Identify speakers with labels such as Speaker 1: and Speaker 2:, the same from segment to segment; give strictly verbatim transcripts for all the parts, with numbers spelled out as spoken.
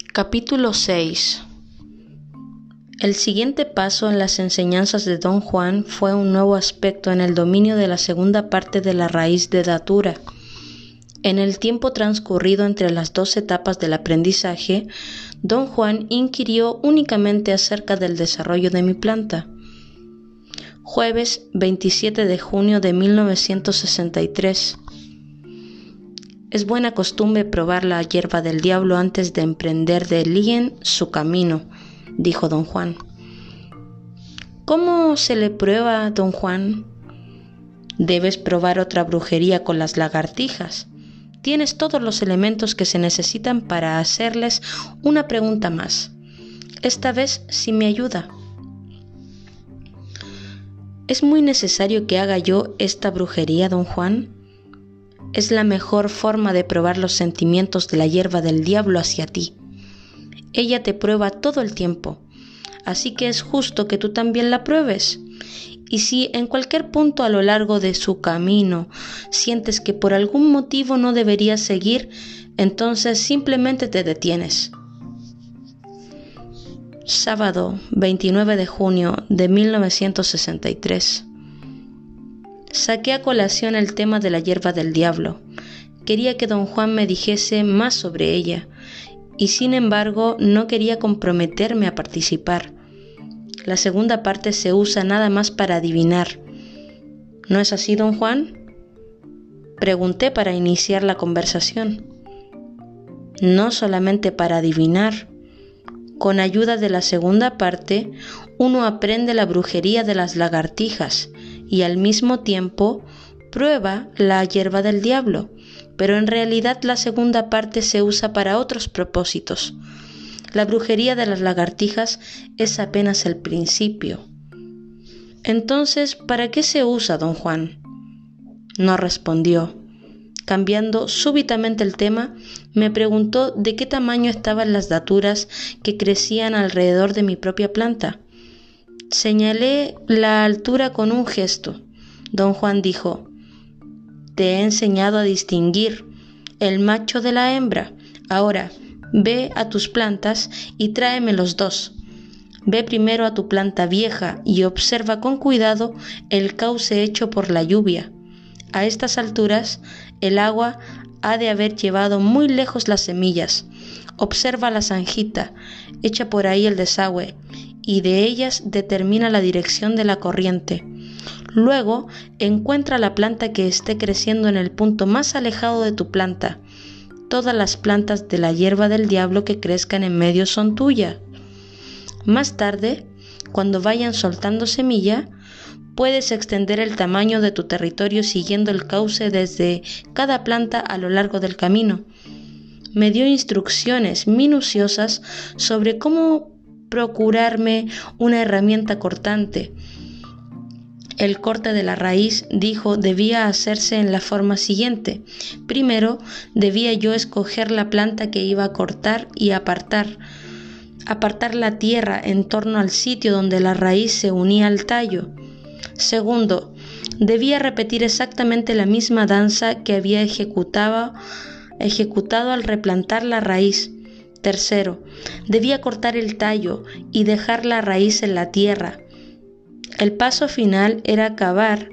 Speaker 1: Capítulo seis. El siguiente paso en las enseñanzas de Don Juan fue un nuevo aspecto en el dominio de la segunda parte de la raíz de datura. En el tiempo transcurrido entre las dos etapas del aprendizaje, Don Juan inquirió únicamente acerca del desarrollo de mi planta. Jueves veintisiete de junio de mil novecientos sesenta y tres. Es buena costumbre probar la hierba del diablo antes de emprender de lien su camino, dijo don Juan. ¿Cómo se le prueba, don Juan? Debes probar otra brujería con las lagartijas. Tienes todos los elementos que se necesitan para hacerles una pregunta más. Esta vez sí me ayuda. ¿Es muy necesario que haga yo esta brujería, don Juan? Es la mejor forma de probar los sentimientos de la hierba del diablo hacia ti. Ella te prueba todo el tiempo, así que es justo que tú también la pruebes. Y si en cualquier punto a lo largo de su camino sientes que por algún motivo no deberías seguir, entonces simplemente te detienes. Sábado veintinueve de junio de mil novecientos sesenta y tres. Saqué a colación el tema de la hierba del diablo. Quería que don Juan me dijese más sobre ella, y sin embargo no quería comprometerme a participar. La segunda parte se usa nada más para adivinar. ¿No es así, don Juan? Pregunté para iniciar la conversación. No solamente para adivinar. Con ayuda de la segunda parte, uno aprende la brujería de las lagartijas y al mismo tiempo prueba la hierba del diablo, pero en realidad la segunda parte se usa para otros propósitos. La brujería de las lagartijas es apenas el principio. Entonces, ¿para qué se usa, don Juan? No respondió. Cambiando súbitamente el tema, me preguntó de qué tamaño estaban las daturas que crecían alrededor de mi propia planta. Señalé la altura con un gesto. Don Juan dijo: «Te he enseñado a distinguir el macho de la hembra. Ahora, ve a tus plantas y tráeme los dos. Ve primero a tu planta vieja y observa con cuidado el cauce hecho por la lluvia. A estas alturas, el agua ha de haber llevado muy lejos las semillas. Observa la zanjita, echa por ahí el desagüe, y de ellas determina la dirección de la corriente. Luego, encuentra la planta que esté creciendo en el punto más alejado de tu planta. Todas las plantas de la hierba del diablo que crezcan en medio son tuyas. Más tarde, cuando vayan soltando semilla, puedes extender el tamaño de tu territorio siguiendo el cauce desde cada planta a lo largo del camino». Me dio instrucciones minuciosas sobre cómo procurarme una herramienta cortante. El corte de la raíz, dijo, debía hacerse en la forma siguiente. Primero, debía yo escoger la planta que iba a cortar y apartar. Apartar la tierra en torno al sitio donde la raíz se unía al tallo. Segundo, debía repetir exactamente la misma danza que había ejecutado, ejecutado al replantar la raíz. Tercero, debía cortar el tallo y dejar la raíz en la tierra. El paso final era cavar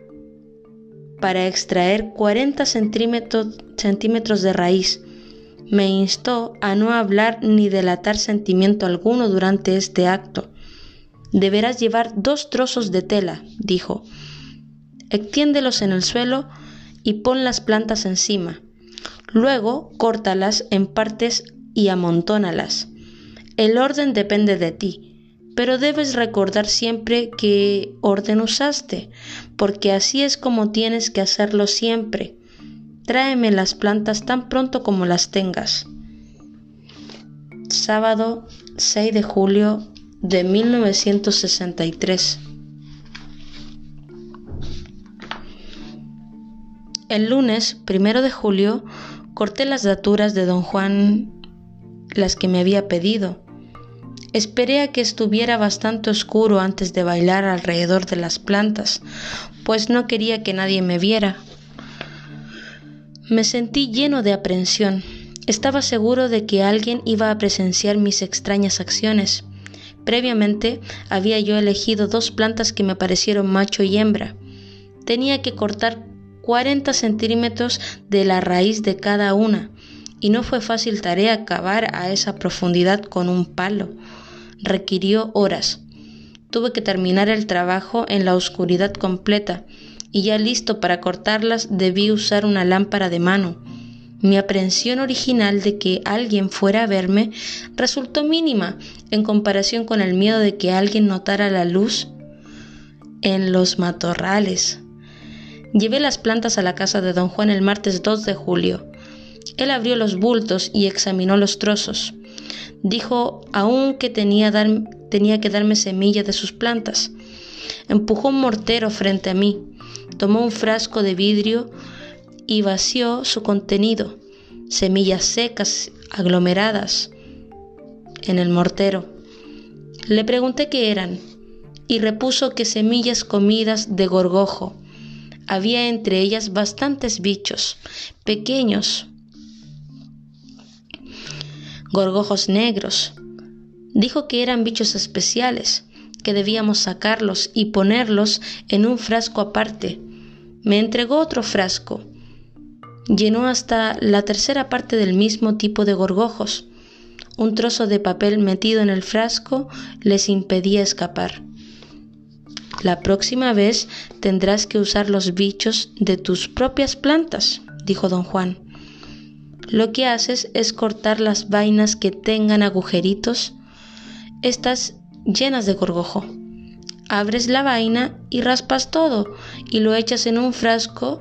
Speaker 1: para extraer cuarenta centímetros, centímetros de raíz. Me instó a no hablar ni delatar sentimiento alguno durante este acto. «Deberás llevar dos trozos de tela», dijo. «Extiéndelos en el suelo y pon las plantas encima. Luego córtalas en partes y amontónalas. El orden depende de ti, pero debes recordar siempre qué orden usaste, porque así es como tienes que hacerlo siempre. Tráeme las plantas tan pronto como las tengas». Sábado seis de julio de mil novecientos sesenta y tres. El lunes primero de julio corté las daturas de don Juan, las que me había pedido. Esperé a que estuviera bastante oscuro antes de bailar alrededor de las plantas, pues no quería que nadie me viera. Me sentí lleno de aprensión. Estaba seguro de que alguien iba a presenciar mis extrañas acciones. Previamente había yo elegido dos plantas que me parecieron macho y hembra. Tenía que cortar cuarenta centímetros de la raíz de cada una, y no fue fácil tarea cavar a esa profundidad con un palo. Requirió horas. Tuve que terminar el trabajo en la oscuridad completa, y ya listo para cortarlas debí usar una lámpara de mano. Mi aprehensión original de que alguien fuera a verme resultó mínima en comparación con el miedo de que alguien notara la luz en los matorrales. Llevé las plantas a la casa de don Juan el martes dos de julio. Él abrió los bultos y examinó los trozos. Dijo aún que tenía, dar, tenía que darme semilla de sus plantas. Empujó un mortero frente a mí, tomó un frasco de vidrio y vació su contenido, semillas secas, aglomeradas, en el mortero. Le pregunté qué eran, y repuso que semillas comidas de gorgojo. Había entre ellas bastantes bichos, pequeños, gorgojos negros. Dijo que eran bichos especiales, que debíamos sacarlos y ponerlos en un frasco aparte. Me entregó otro frasco. Llenó hasta la tercera parte del mismo tipo de gorgojos. Un trozo de papel metido en el frasco les impedía escapar. La próxima vez tendrás que usar los bichos de tus propias plantas, dijo don Juan. Lo que haces es cortar las vainas que tengan agujeritos, estas llenas de gorgojo. Abres la vaina y raspas todo y lo echas en un frasco.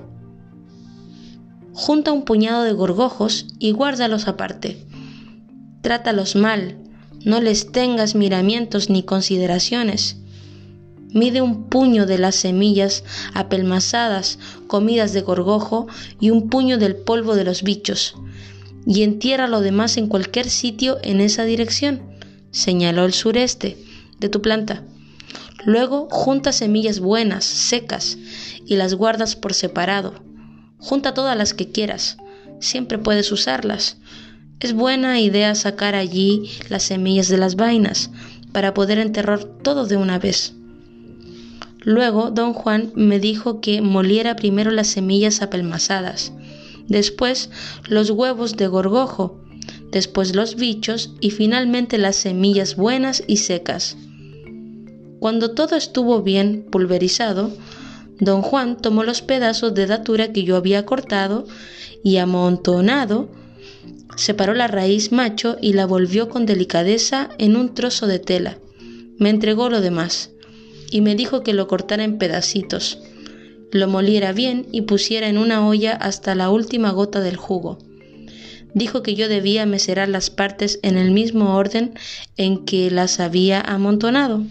Speaker 1: Junta un puñado de gorgojos y guárdalos aparte. Trátalos mal, no les tengas miramientos ni consideraciones. Mide un puño de las semillas apelmazadas comidas de gorgojo y un puño del polvo de los bichos, y entierra lo demás en cualquier sitio en esa dirección, señaló el sureste, de tu planta. Luego junta semillas buenas, secas, y las guardas por separado. Junta todas las que quieras, siempre puedes usarlas. Es buena idea sacar allí las semillas de las vainas, para poder enterrar todo de una vez. Luego don Juan me dijo que moliera primero las semillas apelmazadas, después los huevos de gorgojo, después los bichos y finalmente las semillas buenas y secas. Cuando todo estuvo bien pulverizado, don Juan tomó los pedazos de datura que yo había cortado y amontonado, separó la raíz macho y la volvió con delicadeza en un trozo de tela. Me entregó lo demás y me dijo que lo cortara en pedacitos, lo moliera bien y pusiera en una olla hasta la última gota del jugo. Dijo que yo debía meserar las partes en el mismo orden en que las había amontonado.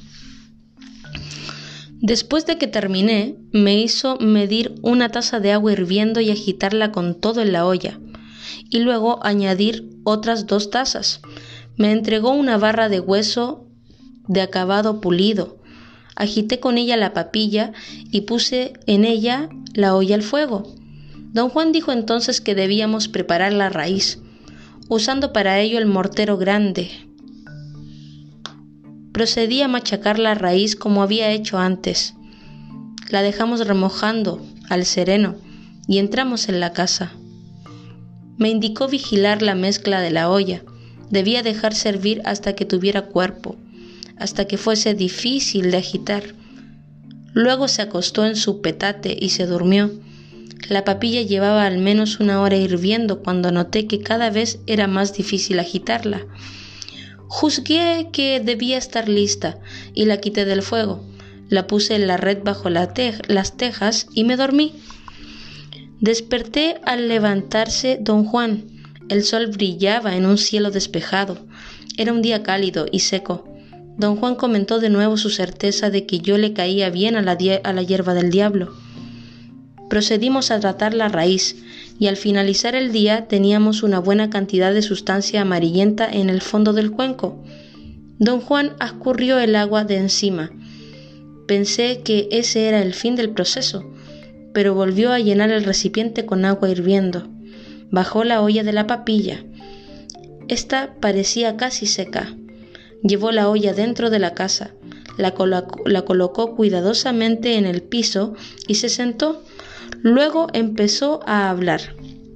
Speaker 1: Después de que terminé, me hizo medir una taza de agua hirviendo y agitarla con todo en la olla, y luego añadir otras dos tazas. Me entregó una barra de hueso de acabado pulido. Agité con ella la papilla y puse en ella la olla al fuego. Don Juan dijo entonces que debíamos preparar la raíz, usando para ello el mortero grande. Procedí a machacar la raíz como había hecho antes. La dejamos remojando al sereno y entramos en la casa. Me indicó vigilar la mezcla de la olla. Debía dejar servir hasta que tuviera cuerpo, hasta que fuese difícil de agitar. Luego se acostó en su petate y se durmió. La papilla llevaba al menos una hora hirviendo cuando noté que cada vez era más difícil agitarla. Juzgué que debía estar lista y la quité del fuego. La puse en la red bajo la te- las tejas y me dormí. Desperté al levantarse don Juan. El sol brillaba en un cielo despejado. Era un día cálido y seco. Don Juan comentó de nuevo su certeza de que yo le caía bien a la, die- a la hierba del diablo. Procedimos a tratar la raíz, y al finalizar el día teníamos una buena cantidad de sustancia amarillenta en el fondo del cuenco. Don Juan escurrió el agua de encima. Pensé que ese era el fin del proceso, pero volvió a llenar el recipiente con agua hirviendo. Bajó la olla de la papilla, Esta parecía casi seca. Llevó la olla dentro de la casa, la, colo- la colocó cuidadosamente en el piso y se sentó. Luego empezó a hablar.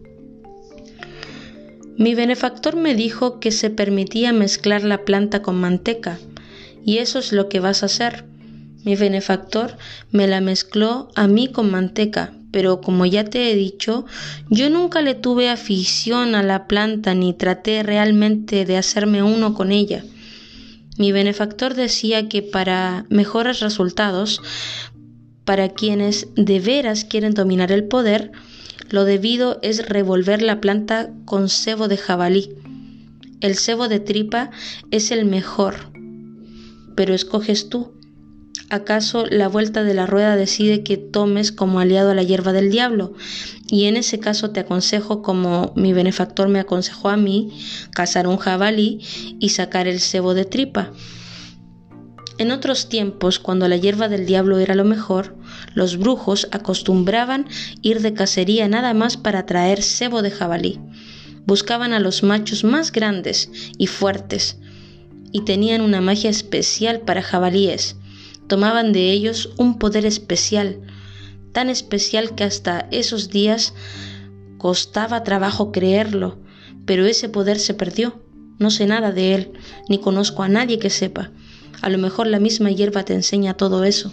Speaker 1: Mi benefactor me dijo que se permitía mezclar la planta con manteca, y eso es lo que vas a hacer. Mi benefactor me la mezcló a mí con manteca, pero como ya te he dicho, yo nunca le tuve afición a la planta ni traté realmente de hacerme uno con ella. Mi benefactor decía que para mejores resultados, para quienes de veras quieren dominar el poder, lo debido es revolver la planta con sebo de jabalí. El sebo de tripa es el mejor, pero escoges tú. ¿Acaso la vuelta de la rueda decide que tomes como aliado a la hierba del diablo? Y en ese caso te aconsejo, como mi benefactor me aconsejó a mí, cazar un jabalí y sacar el sebo de tripa. En otros tiempos, cuando la hierba del diablo era lo mejor, los brujos acostumbraban ir de cacería nada más para traer sebo de jabalí. Buscaban a los machos más grandes y fuertes, y tenían una magia especial para jabalíes. Tomaban de ellos un poder especial, tan especial que hasta esos días costaba trabajo creerlo, pero ese poder se perdió. No sé nada de él, ni conozco a nadie que sepa. A lo mejor la misma hierba te enseña todo eso.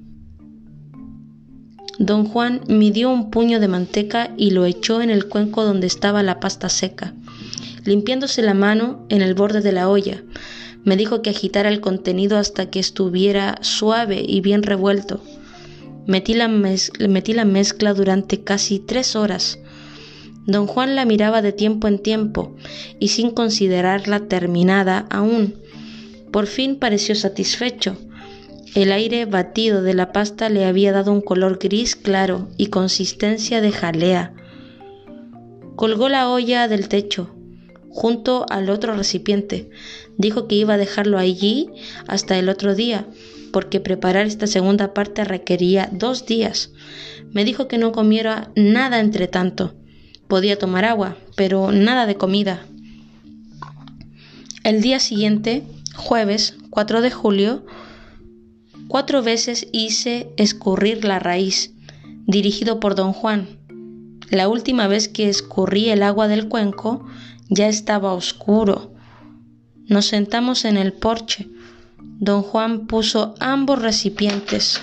Speaker 1: Don Juan midió un puño de manteca y lo echó en el cuenco donde estaba la pasta seca, limpiándose la mano en el borde de la olla. Me dijo que agitara el contenido hasta que estuviera suave y bien revuelto. Metí la, mez- metí la mezcla durante casi tres horas. Don Juan la miraba de tiempo en tiempo y sin considerarla terminada aún. Por fin pareció satisfecho. El aire batido de la pasta le había dado un color gris claro y consistencia de jalea. Colgó la olla del techo, junto al otro recipiente. Dijo que iba a dejarlo allí hasta el otro día, porque preparar esta segunda parte requería dos días. Me dijo que no comiera nada entre tanto. Podía tomar agua, pero nada de comida. El día siguiente, jueves cuatro de julio, cuatro veces hice escurrir la raíz, dirigido por don Juan. La última vez que escurrí el agua del cuenco, ya estaba oscuro. Nos sentamos en el porche. Don Juan puso ambos recipientes,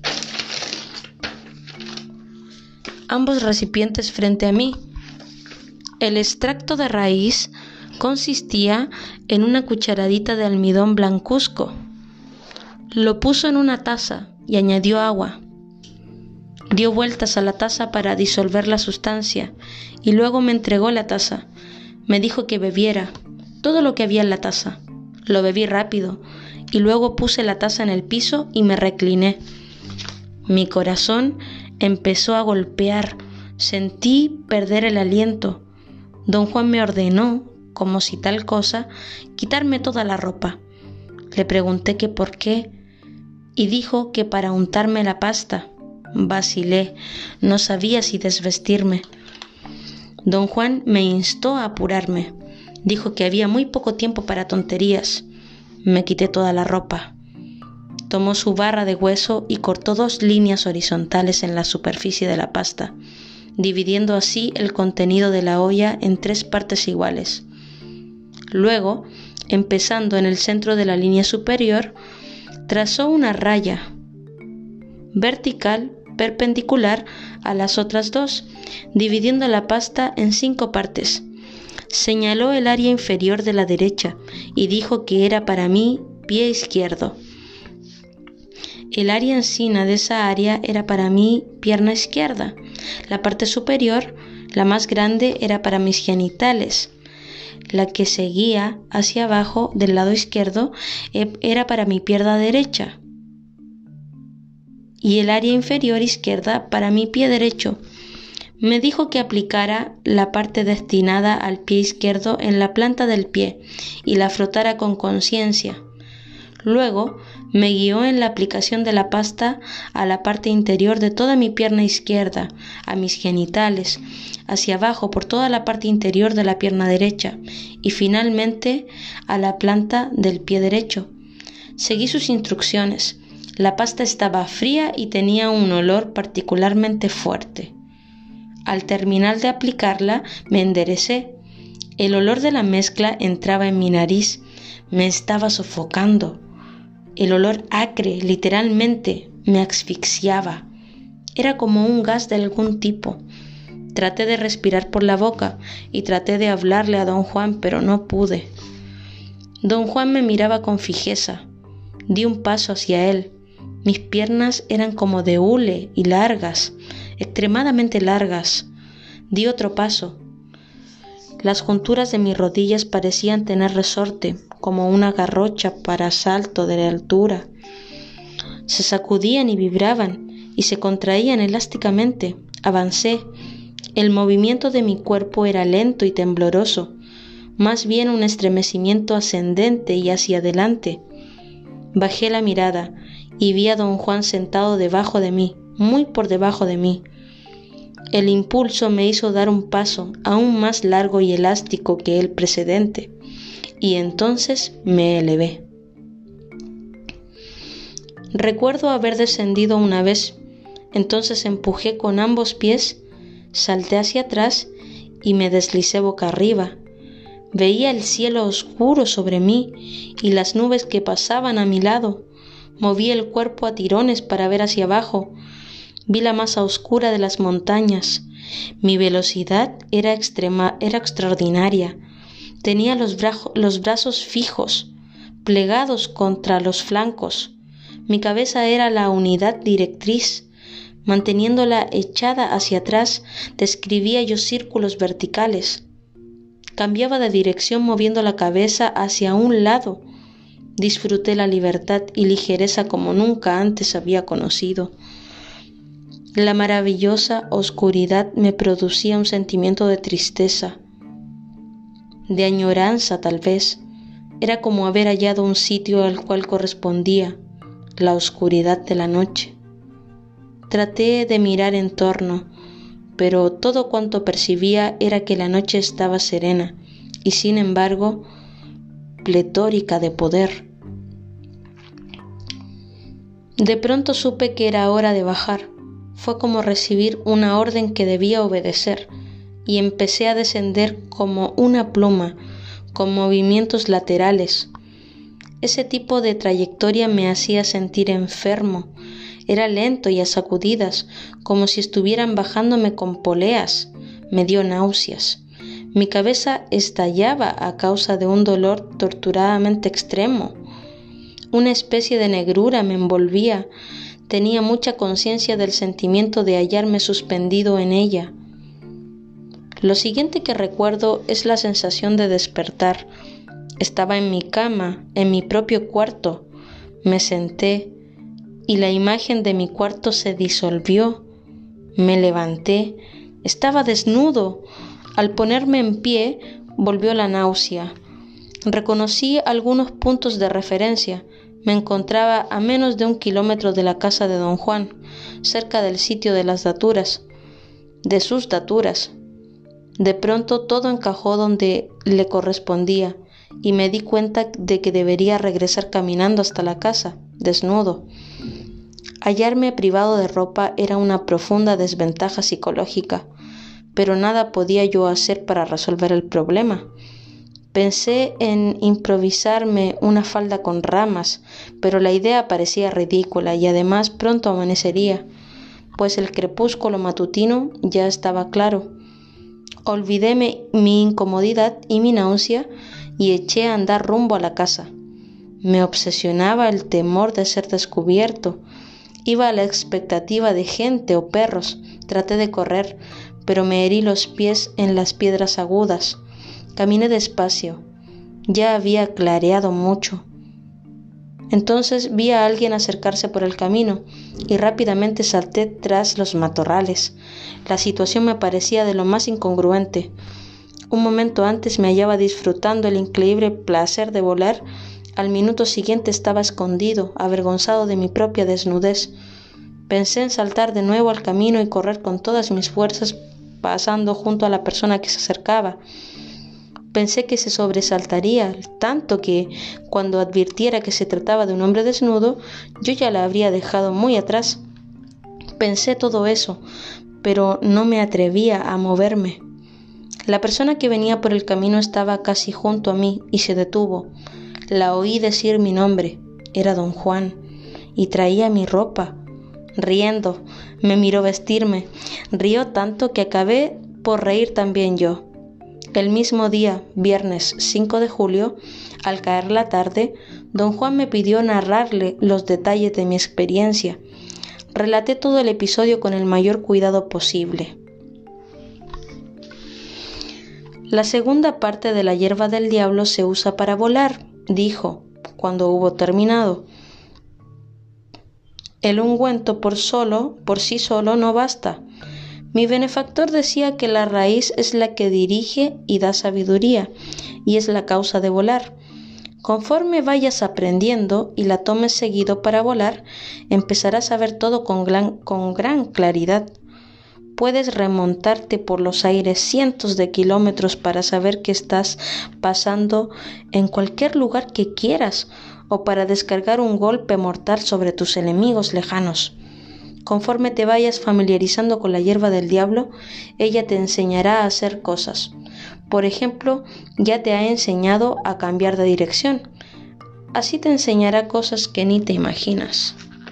Speaker 1: ambos recipientes frente a mí. El extracto de raíz consistía en una cucharadita de almidón blancuzco. Lo puso en una taza y añadió agua. Dio vueltas a la taza para disolver la sustancia y luego me entregó la taza. Me dijo que bebiera todo lo que había en la taza. Lo bebí rápido y luego puse la taza en el piso y me recliné. Mi corazón empezó a golpear. Sentí perder el aliento. Don Juan me ordenó, como si tal cosa, quitarme toda la ropa. Le pregunté que por qué y dijo que para untarme la pasta. Vacilé, no sabía si desvestirme. Don Juan me instó a apurarme. Dijo que había muy poco tiempo para tonterías. Me quité toda la ropa. Tomó su barra de hueso y cortó dos líneas horizontales en la superficie de la pasta, dividiendo así el contenido de la olla en tres partes iguales. Luego, empezando en el centro de la línea superior, trazó una raya vertical perpendicular a las otras dos, dividiendo la pasta en cinco partes. Señaló el área inferior de la derecha y dijo que era para mí pie izquierdo. El área encima de esa área era para mí pierna izquierda. La parte superior, la más grande, era para mis genitales. La que seguía hacia abajo del lado izquierdo era para mi pierna derecha. Y el área inferior izquierda para mi pie derecho. Me dijo que aplicara la parte destinada al pie izquierdo en la planta del pie y la frotara con conciencia. Luego me guió en la aplicación de la pasta a la parte interior de toda mi pierna izquierda, a mis genitales, hacia abajo por toda la parte interior de la pierna derecha y finalmente a la planta del pie derecho. Seguí sus instrucciones. La pasta estaba fría y tenía un olor particularmente fuerte. Al terminar de aplicarla, me enderecé. El olor de la mezcla entraba en mi nariz, me estaba sofocando. El olor acre, literalmente, me asfixiaba. Era como un gas de algún tipo. Traté de respirar por la boca y traté de hablarle a don Juan, pero no pude. Don Juan me miraba con fijeza. Di un paso hacia él. Mis piernas eran como de hule y largas, extremadamente largas. Di otro paso. Las junturas de mis rodillas parecían tener resorte, como una garrocha para salto de altura. Se sacudían y vibraban, y se contraían elásticamente. Avancé. El movimiento de mi cuerpo era lento y tembloroso, más bien un estremecimiento ascendente y hacia adelante. Bajé la mirada y vi a don Juan sentado debajo de mí, muy por debajo de mí. El impulso me hizo dar un paso aún más largo y elástico que el precedente, y entonces me elevé. Recuerdo haber descendido una vez, entonces empujé con ambos pies, salté hacia atrás y me deslicé boca arriba. Veía el cielo oscuro sobre mí y las nubes que pasaban a mi lado. Moví el cuerpo a tirones para ver hacia abajo. Vi la masa oscura de las montañas. Mi velocidad era extrema, era extraordinaria. Tenía los, bra- los brazos fijos, plegados contra los flancos. Mi cabeza era la unidad directriz. Manteniéndola echada hacia atrás, describía yo círculos verticales. Cambiaba de dirección moviendo la cabeza hacia un lado. Disfruté la libertad y ligereza como nunca antes había conocido. La maravillosa oscuridad me producía un sentimiento de tristeza, de añoranza tal vez. Era como haber hallado un sitio al cual correspondía la oscuridad de la noche. Traté de mirar en torno, pero todo cuanto percibía era que la noche estaba serena y sin embargo pletórica de poder. De pronto supe que era hora de bajar. Fue como recibir una orden que debía obedecer y empecé a descender como una pluma, con movimientos laterales. Ese tipo de trayectoria me hacía sentir enfermo. Era lento y a sacudidas, como si estuvieran bajándome con poleas. Me dio náuseas. Mi cabeza estallaba a causa de un dolor torturadamente extremo. Una especie de negrura me envolvía. Tenía mucha conciencia del sentimiento de hallarme suspendido en ella. Lo siguiente que recuerdo es la sensación de despertar. Estaba en mi cama, en mi propio cuarto. Me senté y la imagen de mi cuarto se disolvió. Me levanté. Estaba desnudo. Al ponerme en pie, volvió la náusea. Reconocí algunos puntos de referencia. Me encontraba a menos de un kilómetro de la casa de don Juan, cerca del sitio de las daturas, de sus daturas. De pronto todo encajó donde le correspondía y me di cuenta de que debería regresar caminando hasta la casa, desnudo. Hallarme privado de ropa era una profunda desventaja psicológica, pero nada podía yo hacer para resolver el problema. Pensé en improvisarme una falda con ramas, pero la idea parecía ridícula y además pronto amanecería, pues el crepúsculo matutino ya estaba claro. Olvidéme mi incomodidad y mi náusea y eché a andar rumbo a la casa. Me obsesionaba el temor de ser descubierto. Iba a la expectativa de gente o perros. Traté de correr, pero me herí los pies en las piedras agudas. Caminé despacio. Ya había clareado mucho. Entonces vi a alguien acercarse por el camino y rápidamente salté tras los matorrales. La situación me parecía de lo más incongruente. Un momento antes me hallaba disfrutando el increíble placer de volar Al minuto siguiente estaba escondido, avergonzado de mi propia desnudez. Pensé en saltar de nuevo al camino y correr con todas mis fuerzas, pasando junto a la persona que se acercaba. Pensé que se sobresaltaría, tanto que, cuando advirtiera que se trataba de un hombre desnudo, yo ya la habría dejado muy atrás. Pensé todo eso, pero no me atrevía a moverme. La persona que venía por el camino estaba casi junto a mí y se detuvo. La oí decir mi nombre. Era don Juan, y traía mi ropa. Riendo, me miró vestirme. Rió tanto que acabé por reír también yo. El mismo día, viernes cinco de julio, al caer la tarde, don Juan me pidió narrarle los detalles de mi experiencia. Relaté todo el episodio con el mayor cuidado posible. La segunda parte de la hierba del diablo se usa para volar, dijo, cuando hubo terminado. El ungüento por solo, por sí solo no basta. Mi benefactor decía que la raíz es la que dirige y da sabiduría, y es la causa de volar. Conforme vayas aprendiendo y la tomes seguido para volar, empezarás a ver todo con gran, con gran claridad. Puedes remontarte por los aires cientos de kilómetros para saber que estás pasando en cualquier lugar que quieras o para descargar un golpe mortal sobre tus enemigos lejanos. Conforme te vayas familiarizando con la hierba del diablo, ella te enseñará a hacer cosas. Por ejemplo, ya te ha enseñado a cambiar de dirección. Así te enseñará cosas que ni te imaginas.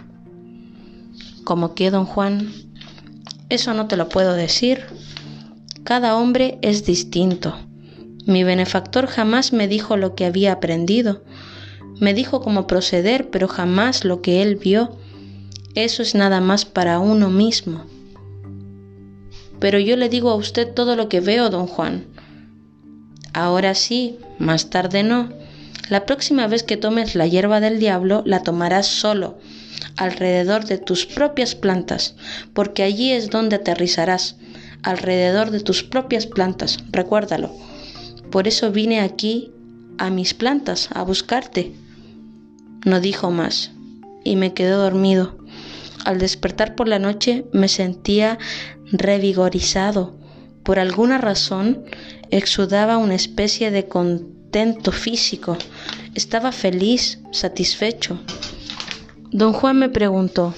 Speaker 1: ¿Cómo qué, don Juan? Eso no te lo puedo decir. Cada hombre es distinto. Mi benefactor jamás me dijo lo que había aprendido. Me dijo cómo proceder, pero jamás lo que él vio. Eso es nada más para uno mismo. Pero yo le digo a usted todo lo que veo, don Juan. Ahora sí, más tarde no. La próxima vez que tomes la hierba del diablo, la tomarás solo, alrededor de tus propias plantas, porque allí es donde aterrizarás, alrededor de tus propias plantas, recuérdalo. Por eso vine aquí a mis plantas a buscarte. No dijo más y me quedé dormido. Al despertar por la noche me sentía revigorizado. Por alguna razón exudaba una especie de contento físico. Estaba feliz, satisfecho. Don Juan me preguntó: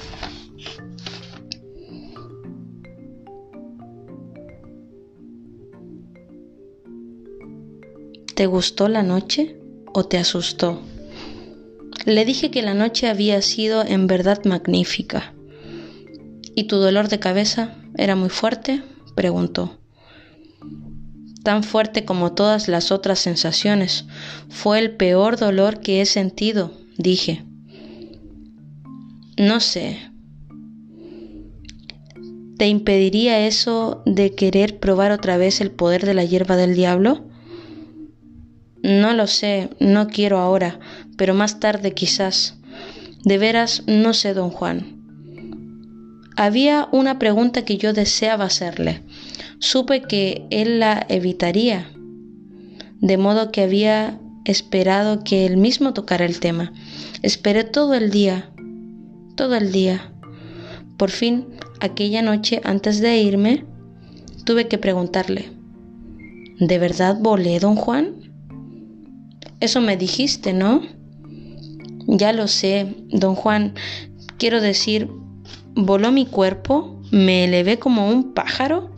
Speaker 1: ¿te gustó la noche o te asustó? Le dije que la noche había sido en verdad magnífica. ¿Y tu dolor de cabeza era muy fuerte?, preguntó. Tan fuerte como todas las otras sensaciones. Fue el peor dolor que he sentido, dije. No sé. ¿Te impediría eso de querer probar otra vez el poder de la hierba del diablo? No lo sé, no quiero ahora, pero más tarde quizás. De veras, no sé, don Juan. Había una pregunta que yo deseaba hacerle. Supe que él la evitaría, de modo que había esperado que él mismo tocara el tema. Esperé todo el día, todo el día. Por fin, aquella noche, antes de irme, tuve que preguntarle: ¿de verdad volé, don Juan? Eso me dijiste, ¿no? Ya lo sé, don Juan. Quiero decir, ¿voló mi cuerpo? ¿Me elevé como un pájaro?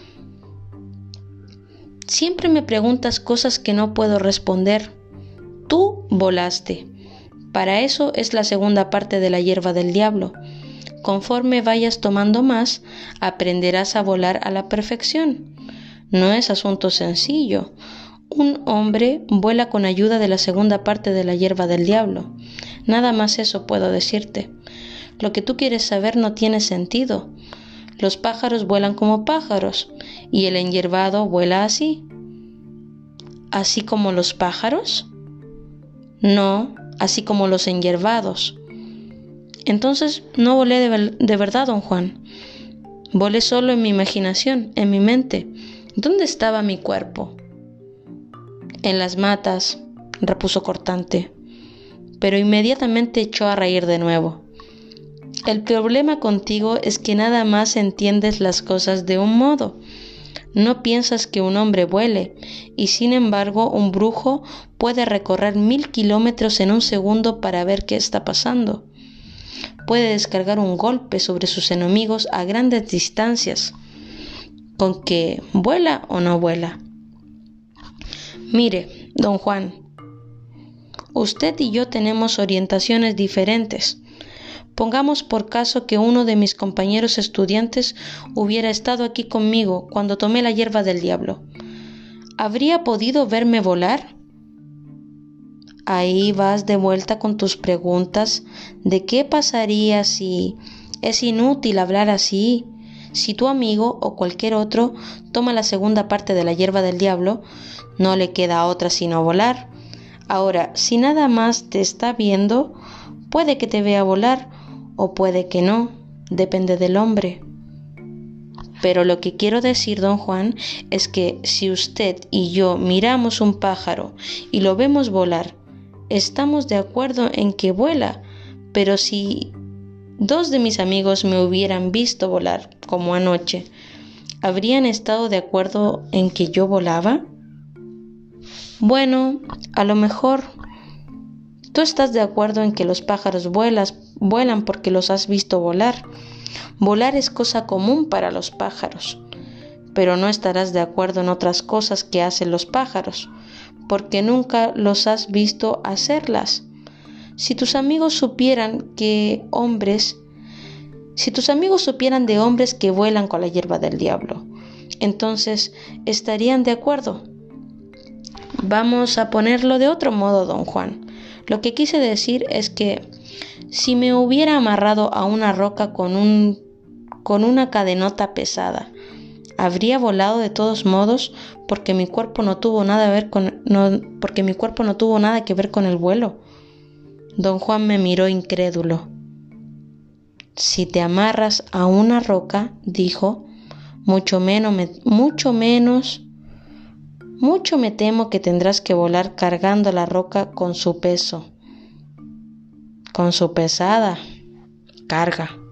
Speaker 1: Siempre me preguntas cosas que no puedo responder. Tú volaste. Para eso es la segunda parte de la hierba del diablo. Conforme vayas tomando más, aprenderás a volar a la perfección. No es asunto sencillo. Un hombre vuela con ayuda de la segunda parte de la hierba del diablo. Nada más eso puedo decirte. Lo que tú quieres saber no tiene sentido. Los pájaros vuelan como pájaros, y el enhierbado vuela así. ¿Así como los pájaros? No, así como los enhierbados. Entonces no volé de, ver- de verdad, don Juan. Volé solo en mi imaginación, en mi mente. ¿Dónde estaba mi cuerpo? En las matas, repuso cortante. pero inmediatamente echó a reír de nuevo. El problema contigo es que nada más entiendes las cosas de un modo. No piensas que un hombre vuele, y sin embargo un brujo puede recorrer mil kilómetros en un segundo para ver qué está pasando. Puede descargar un golpe sobre sus enemigos a grandes distancias. ¿Con que vuela o no vuela? Mire, don Juan, usted y yo tenemos orientaciones diferentes. Pongamos por caso que uno de mis compañeros estudiantes hubiera estado aquí conmigo cuando tomé la hierba del diablo. ¿Habría podido verme volar? Ahí vas de vuelta con tus preguntas de qué pasaría si... Es inútil hablar así. Si tu amigo o cualquier otro toma la segunda parte de la hierba del diablo, no le queda otra sino volar. Ahora, si nada más te está viendo, puede que te vea volar o puede que no, depende del hombre. Pero lo que quiero decir, don Juan, es que si usted y yo miramos un pájaro y lo vemos volar, estamos de acuerdo en que vuela, pero si dos de mis amigos me hubieran visto volar, como anoche, ¿habrían estado de acuerdo en que yo volaba? Bueno, a lo mejor tú estás de acuerdo en que los pájaros vuelas, vuelan porque los has visto volar. Volar es cosa común para los pájaros, pero no estarás de acuerdo en otras cosas que hacen los pájaros, porque nunca los has visto hacerlas. Si tus amigos supieran que hombres, si tus amigos supieran de hombres que vuelan con la hierba del diablo, entonces estarían de acuerdo. Vamos a ponerlo de otro modo, don Juan. Lo que quise decir es que si me hubiera amarrado a una roca con un con una cadenota pesada, habría volado de todos modos porque mi cuerpo no tuvo nada que ver con no, porque mi cuerpo no tuvo nada que ver con el vuelo. Don Juan me miró incrédulo. Si te amarras a una roca, dijo, mucho menos, me, mucho menos, mucho me temo que tendrás que volar cargando la roca con su peso, con su pesada carga.